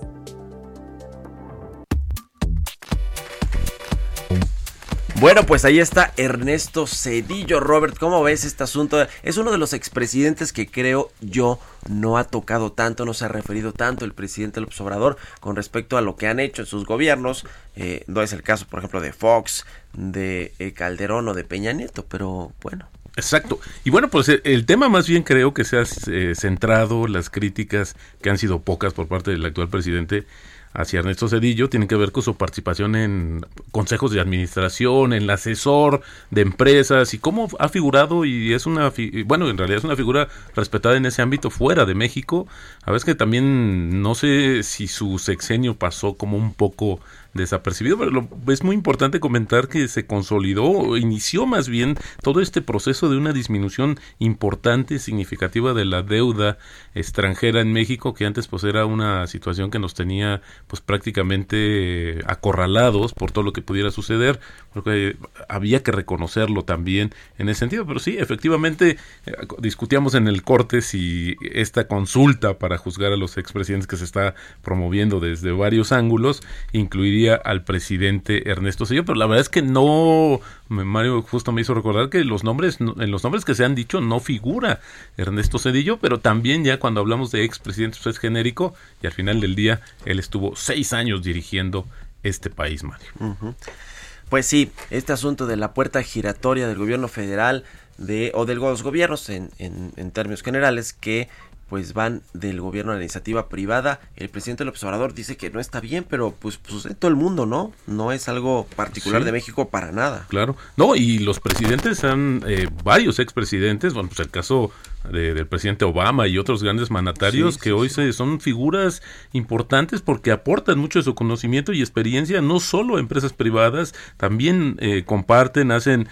Bueno, pues ahí está Ernesto Zedillo. Robert, ¿cómo ves este asunto? Es uno de los expresidentes que creo yo no ha tocado tanto, no se ha referido tanto el presidente López Obrador con respecto a lo que han hecho en sus gobiernos. No es el caso, por ejemplo, de Fox, de Calderón o de Peña Nieto, pero bueno. Exacto. Y bueno, pues el tema más bien creo que se ha centrado, las críticas que han sido pocas por parte del actual presidente hacia Ernesto Zedillo tienen que ver con su participación en consejos de administración, en el asesor de empresas y cómo ha figurado, y es en realidad es una figura respetada en ese ámbito fuera de México. A veces que también no sé si su sexenio pasó como un poco desapercibido, pero es muy importante comentar que se consolidó, inició más bien todo este proceso de una disminución importante, significativa de la deuda extranjera en México, que antes pues era una situación que nos tenía pues prácticamente acorralados por todo lo que pudiera suceder, porque había que reconocerlo también en ese sentido. Pero sí, efectivamente, discutíamos en el corte si esta consulta para juzgar a los expresidentes que se está promoviendo desde varios ángulos incluiría al presidente Ernesto Zedillo, pero la verdad es que no, Mario justo me hizo recordar que en los nombres que se han dicho no figura Ernesto Zedillo, pero también ya cuando hablamos de expresidentes pues es genérico, y al final del día él estuvo 6 años dirigiendo este país, Mario. Uh-huh. Pues sí, este asunto de la puerta giratoria del gobierno federal o de los gobiernos en términos generales que pues van del gobierno a la iniciativa privada. El presidente López Obrador dice que no está bien, pero pues en todo el mundo, ¿no? No es algo particular de México para nada. Claro. No, y los presidentes varios expresidentes, bueno, pues el caso del presidente Obama y otros grandes mandatarios hoy son figuras importantes porque aportan mucho de su conocimiento y experiencia, no solo a empresas privadas, también comparten, hacen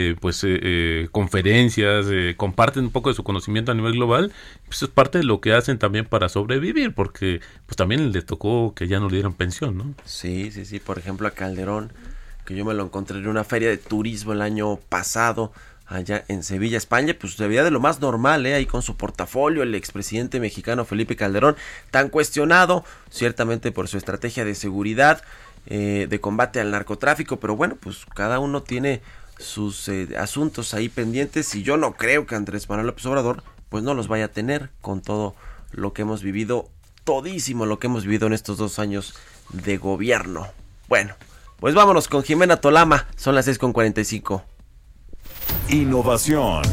conferencias, comparten un poco de su conocimiento a nivel global. Pues es parte de lo que hacen también para sobrevivir, porque pues también le tocó que ya no le dieran pensión, ¿no? Sí, por ejemplo a Calderón, que yo me lo encontré en una feria de turismo el año pasado, allá en Sevilla, España, pues se veía de lo más normal, ahí con su portafolio, el expresidente mexicano Felipe Calderón, tan cuestionado, ciertamente por su estrategia de seguridad, de combate al narcotráfico, pero bueno, pues cada uno tiene sus asuntos ahí pendientes, y yo no creo que Andrés Manuel López Obrador pues no los vaya a tener con todo lo que hemos vivido, todísimo lo que hemos vivido en estos 2 años de gobierno. Bueno, pues vámonos con Jimena Tolama, son las 6:45. Innovación.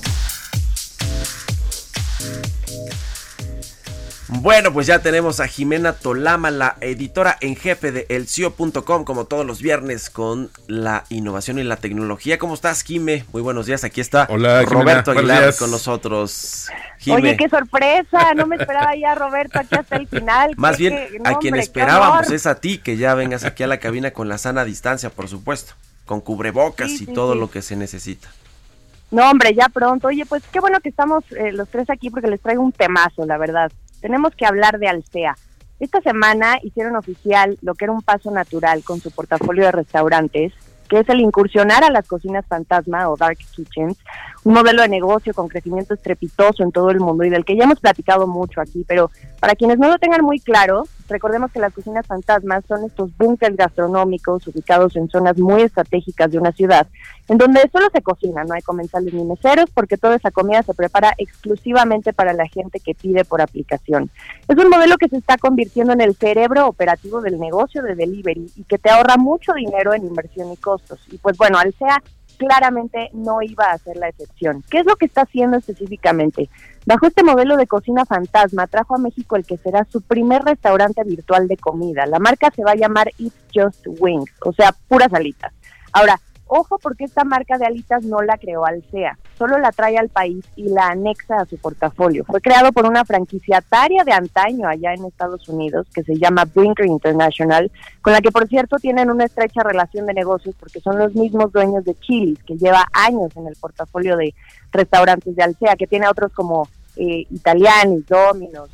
Bueno, pues ya tenemos a Jimena Tolama, la editora en jefe de elcio.com, como todos los viernes, con la innovación y la tecnología. ¿Cómo estás, Jime? Muy buenos días, aquí está. Hola, Roberto Jimena, Aguilar con nosotros. Jime. Oye, qué sorpresa, no me esperaba ya Roberto aquí hasta el final. Más bien, a quien esperábamos es a ti, que ya vengas aquí a la cabina con la sana distancia, por supuesto, con cubrebocas y todo lo que se necesita. No, hombre, ya pronto. Oye, pues qué bueno que estamos los tres aquí porque les traigo un temazo, la verdad. Tenemos que hablar de Alsea. Esta semana hicieron oficial lo que era un paso natural con su portafolio de restaurantes, que es el incursionar a las cocinas fantasma o dark kitchens, un modelo de negocio con crecimiento estrepitoso en todo el mundo y del que ya hemos platicado mucho aquí, pero para quienes no lo tengan muy claro, recordemos que las cocinas fantasmas son estos búnkers gastronómicos ubicados en zonas muy estratégicas de una ciudad, en donde solo se cocina, no hay comensales ni meseros, porque toda esa comida se prepara exclusivamente para la gente que pide por aplicación. Es un modelo que se está convirtiendo en el cerebro operativo del negocio de delivery y que te ahorra mucho dinero en inversión y costos. Y pues bueno, Alsea claramente no iba a ser la excepción. ¿Qué es lo que está haciendo específicamente? Bajo este modelo de cocina fantasma, trajo a México el que será su primer restaurante virtual de comida. La marca se va a llamar It's Just Wings, o sea, puras alitas. Ahora, ojo, porque esta marca de alitas no la creó Alsea, solo la trae al país y la anexa a su portafolio. Fue creado por una franquiciataria de antaño allá en Estados Unidos, que se llama Brinker International, con la que por cierto tienen una estrecha relación de negocios porque son los mismos dueños de Chili's, que lleva años en el portafolio de restaurantes de Alsea, que tiene otros como Italianis, Domino's,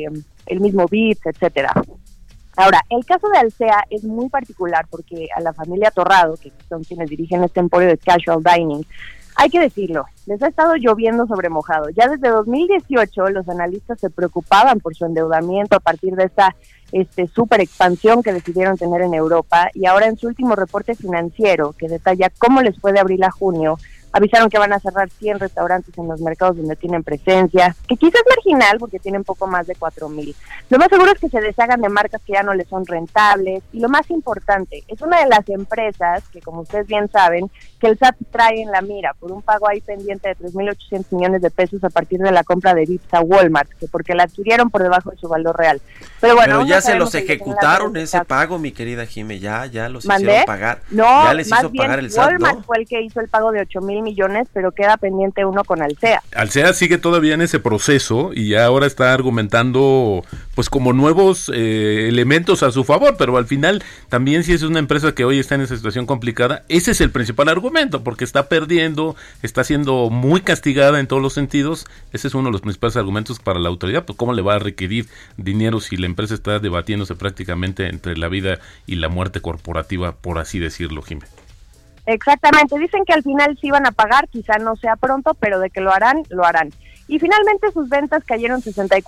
el mismo Vips, etcétera. Ahora, el caso de Alsea es muy particular porque a la familia Torrado, que son quienes dirigen este emporio de casual dining, hay que decirlo, les ha estado lloviendo sobre mojado. Ya desde 2018 los analistas se preocupaban por su endeudamiento a partir de esta super expansión que decidieron tener en Europa, y ahora en su último reporte financiero que detalla cómo les fue de abril a junio, avisaron que van a cerrar 100 restaurantes en los mercados donde tienen presencia, que quizás es marginal porque tienen poco más de 4,000. Lo más seguro es que se deshagan de marcas que ya no les son rentables, y lo más importante, es una de las empresas que, como ustedes bien saben, que el SAT trae en la mira por un pago ahí pendiente de 3,800 millones de pesos a partir de la compra de Vips a Walmart, que porque la adquirieron por debajo de su valor real. Pero bueno, ya se los ejecutaron ese pago, mi querida Jime, ya los hicieron pagar. No, ya les hizo pagar el SAT, Walmart fue el que hizo el pago de 8,000 millones, pero queda pendiente uno con Alsea. Alsea sigue todavía en ese proceso y ahora está argumentando pues como nuevos elementos a su favor, pero al final también si es una empresa que hoy está en esa situación complicada, ese es el principal argumento, porque está perdiendo, está siendo muy castigada en todos los sentidos. Ese es uno de los principales argumentos para la autoridad, pues cómo le va a requerir dinero si la empresa está debatiéndose prácticamente entre la vida y la muerte corporativa, por así decirlo, Jiménez. Exactamente, dicen que al final sí van a pagar, quizá no sea pronto, pero de que lo harán, lo harán. Y finalmente sus ventas cayeron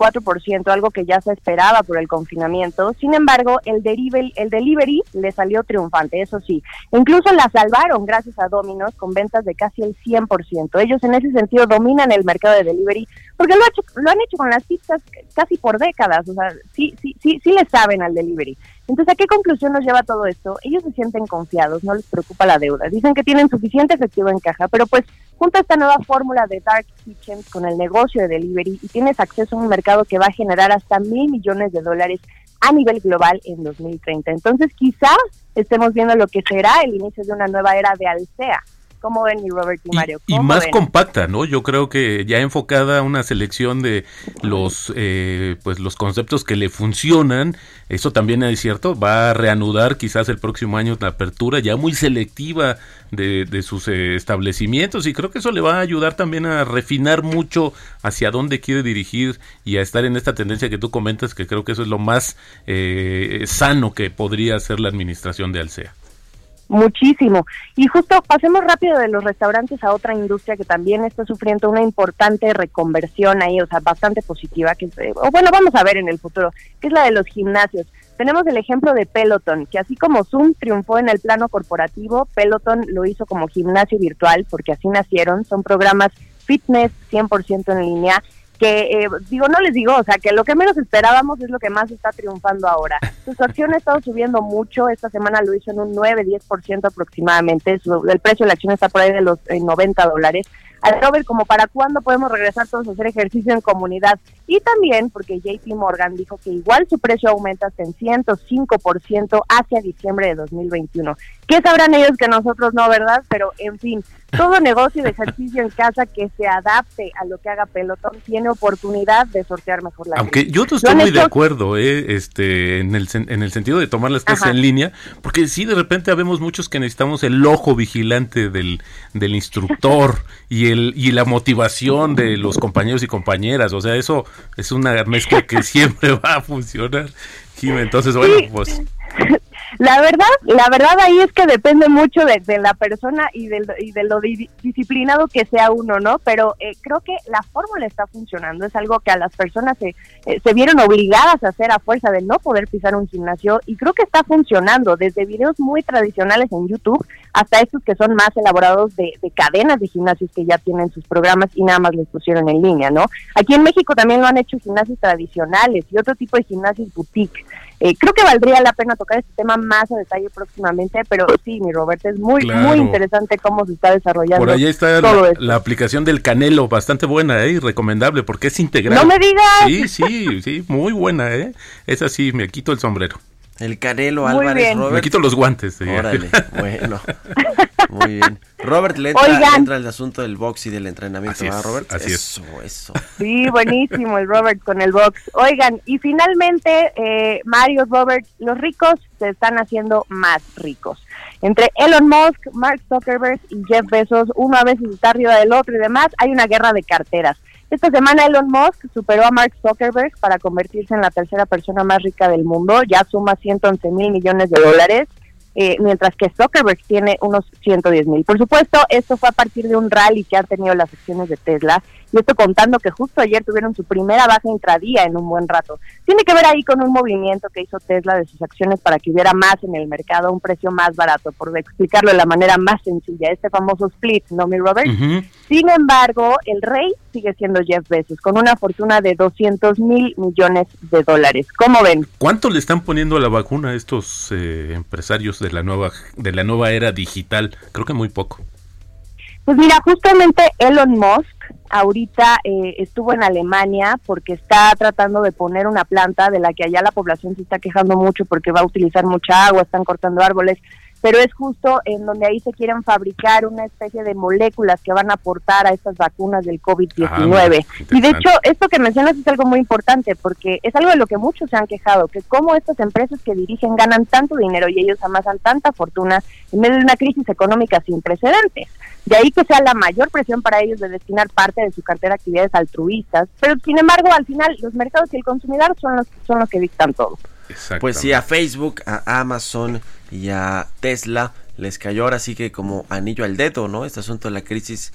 64%, algo que ya se esperaba por el confinamiento. Sin embargo, el delivery le salió triunfante, eso sí. Incluso la salvaron gracias a Domino's con ventas de casi el 100%. Ellos en ese sentido dominan el mercado de delivery porque lo han hecho con las pizzas casi por décadas. O sea, sí le saben al delivery. Entonces, ¿a qué conclusión nos lleva todo esto? Ellos se sienten confiados, no les preocupa la deuda. Dicen que tienen suficiente efectivo en caja, pero pues junto a esta nueva fórmula de Dark Kitchens con el negocio de delivery y tienes acceso a un mercado que va a generar hasta $1,000 millones a nivel global en 2030. Entonces, quizá estemos viendo lo que será el inicio de una nueva era de Alsea. ¿Cómo ven, mi Robert y Mario? Y más compacta, ¿no? Yo creo que ya enfocada a una selección de los los conceptos que le funcionan. Eso también es cierto, va a reanudar quizás el próximo año la apertura ya muy selectiva de sus establecimientos, y creo que eso le va a ayudar también a refinar mucho hacia dónde quiere dirigir y a estar en esta tendencia que tú comentas, que creo que eso es lo más sano que podría hacer la administración de Alsea. Muchísimo. Y justo pasemos rápido de los restaurantes a otra industria que también está sufriendo una importante reconversión ahí, o sea, bastante positiva, que vamos a ver en el futuro, que es la de los gimnasios. Tenemos el ejemplo de Peloton, que así como Zoom triunfó en el plano corporativo, Peloton lo hizo como gimnasio virtual, porque así nacieron, son programas fitness 100% en línea, que no les digo, o sea, que lo que menos esperábamos es lo que más está triunfando ahora. Su acción ha estado subiendo mucho, esta semana lo hizo en un 9-10% aproximadamente, el precio de la acción está por ahí de los $90. Al Robert, como para cuándo podemos regresar todos a hacer ejercicio en comunidad, y también porque JP Morgan dijo que igual su precio aumenta hasta en 105% hacia diciembre de 2021. ¿Qué sabrán ellos que nosotros no, verdad? Pero en fin, todo negocio de ejercicio en casa que se adapte a lo que haga Peloton tiene oportunidad de sortear mejor la Aunque crisis. yo no estoy muy de acuerdo en el sentido de tomar las clases en línea, porque sí, de repente habemos muchos que necesitamos el ojo vigilante del instructor y la motivación de los compañeros y compañeras. O sea, eso es una mezcla que siempre va a funcionar, Jimé. Entonces, bueno, sí. pues... La verdad ahí es que depende mucho de la persona y de lo disciplinado que sea uno, ¿no? Pero creo que la fórmula está funcionando, es algo que a las personas se vieron obligadas a hacer a fuerza de no poder pisar un gimnasio, y creo que está funcionando, desde videos muy tradicionales en YouTube hasta estos que son más elaborados de cadenas de gimnasios que ya tienen sus programas y nada más les pusieron en línea, ¿no? Aquí en México también lo han hecho gimnasios tradicionales y otro tipo de gimnasios boutique. Creo que valdría la pena tocar este tema más a detalle próximamente, pero sí, mi Roberto, es muy interesante cómo se está desarrollando. Por ahí está la aplicación del Canelo, bastante buena y recomendable porque es integral. ¡No me digas! Sí, muy buena, Es así, me quito el sombrero. El Canelo Álvarez, Robert. Me quito los guantes. Órale, bueno. Muy bien. Robert, le entra el asunto del box y del entrenamiento, ¿verdad, Robert? Así es. Sí, buenísimo el Robert con el box. Oigan, y finalmente, Mario, Robert, los ricos se están haciendo más ricos. Entre Elon Musk, Mark Zuckerberg y Jeff Bezos, uno a veces está arriba del otro y demás, hay una guerra de carteras. Esta semana Elon Musk superó a Mark Zuckerberg para convertirse en la tercera persona más rica del mundo, ya suma $111 mil millones, mientras que Zuckerberg tiene unos 110,000. Por supuesto, esto fue a partir de un rally que han tenido las acciones de Tesla, y esto contando que justo ayer tuvieron su primera baja intradía en un buen rato. Tiene que ver ahí con un movimiento que hizo Tesla de sus acciones para que hubiera más en el mercado, un precio más barato, por explicarlo de la manera más sencilla, este famoso split, ¿no, mi Robert? Uh-huh. Sin embargo, el rey sigue siendo Jeff Bezos, con una fortuna de $200 mil millones. ¿Cómo ven? ¿Cuánto le están poniendo a la vacuna a estos empresarios de la nueva era digital? Creo que muy poco. Pues mira, justamente Elon Musk ahorita estuvo en Alemania porque está tratando de poner una planta de la que allá la población se está quejando mucho porque va a utilizar mucha agua, están cortando árboles, pero es justo en donde ahí se quieren fabricar una especie de moléculas que van a aportar a estas vacunas del COVID-19. Y de hecho, esto que mencionas es algo muy importante, porque es algo de lo que muchos se han quejado, que cómo estas empresas que dirigen ganan tanto dinero y ellos amasan tanta fortuna en medio de una crisis económica sin precedentes. De ahí que sea la mayor presión para ellos de destinar parte de su cartera a actividades altruistas, pero sin embargo, al final, los mercados y el consumidor son los que dictan todo. Pues sí, a Facebook, a Amazon y a Tesla les cayó ahora sí que como anillo al dedo, ¿no? Este asunto de la crisis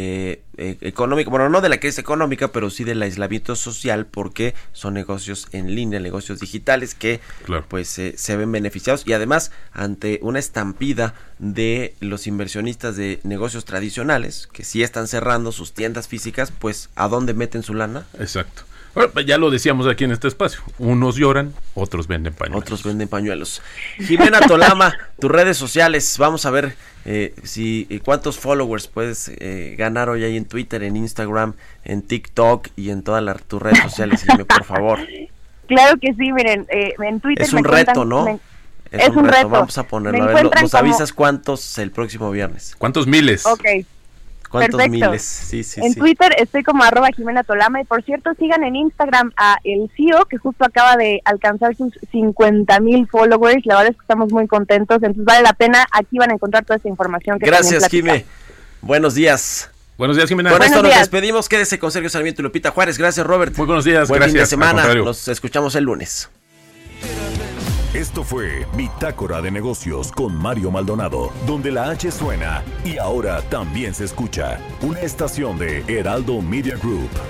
económica, bueno, no de la crisis económica, pero sí del aislamiento social, porque son negocios en línea, negocios digitales que pues se ven beneficiados, y además ante una estampida de los inversionistas de negocios tradicionales que sí están cerrando sus tiendas físicas, pues ¿a dónde meten su lana? Exacto. Bueno, ya lo decíamos aquí en este espacio, unos lloran, otros venden pañuelos. Jimena Tolama, tus redes sociales, vamos a ver cuántos followers puedes ganar hoy ahí en Twitter, en Instagram, en TikTok y en todas tus redes sociales, Jimena, por favor. Claro que sí, miren, en Twitter es un reto, ¿no? Es un reto. Vamos a ponerlo, a ver, nos avisas cuántos el próximo viernes. ¿Cuántos miles? Ok. ¿Cuántos Perfecto. miles? Sí. En Twitter estoy como @Jimena Tolama, y por cierto sigan en Instagram a el CEO, que justo acaba de alcanzar sus 50,000 followers. La verdad es que estamos muy contentos, entonces vale la pena. Aquí van a encontrar toda esta información que gracias, Jimé. Buenos días. Buenos días, Jimena. Con esto nos despedimos. Quédese con Sergio Sarmiento y Lupita Juárez. Gracias, Robert. Muy buenos días. Buen gracias. fin de semana. Nos escuchamos el lunes. Esto fue Bitácora de Negocios con Mario Maldonado, donde la H suena y ahora también se escucha. Una estación de Heraldo Media Group.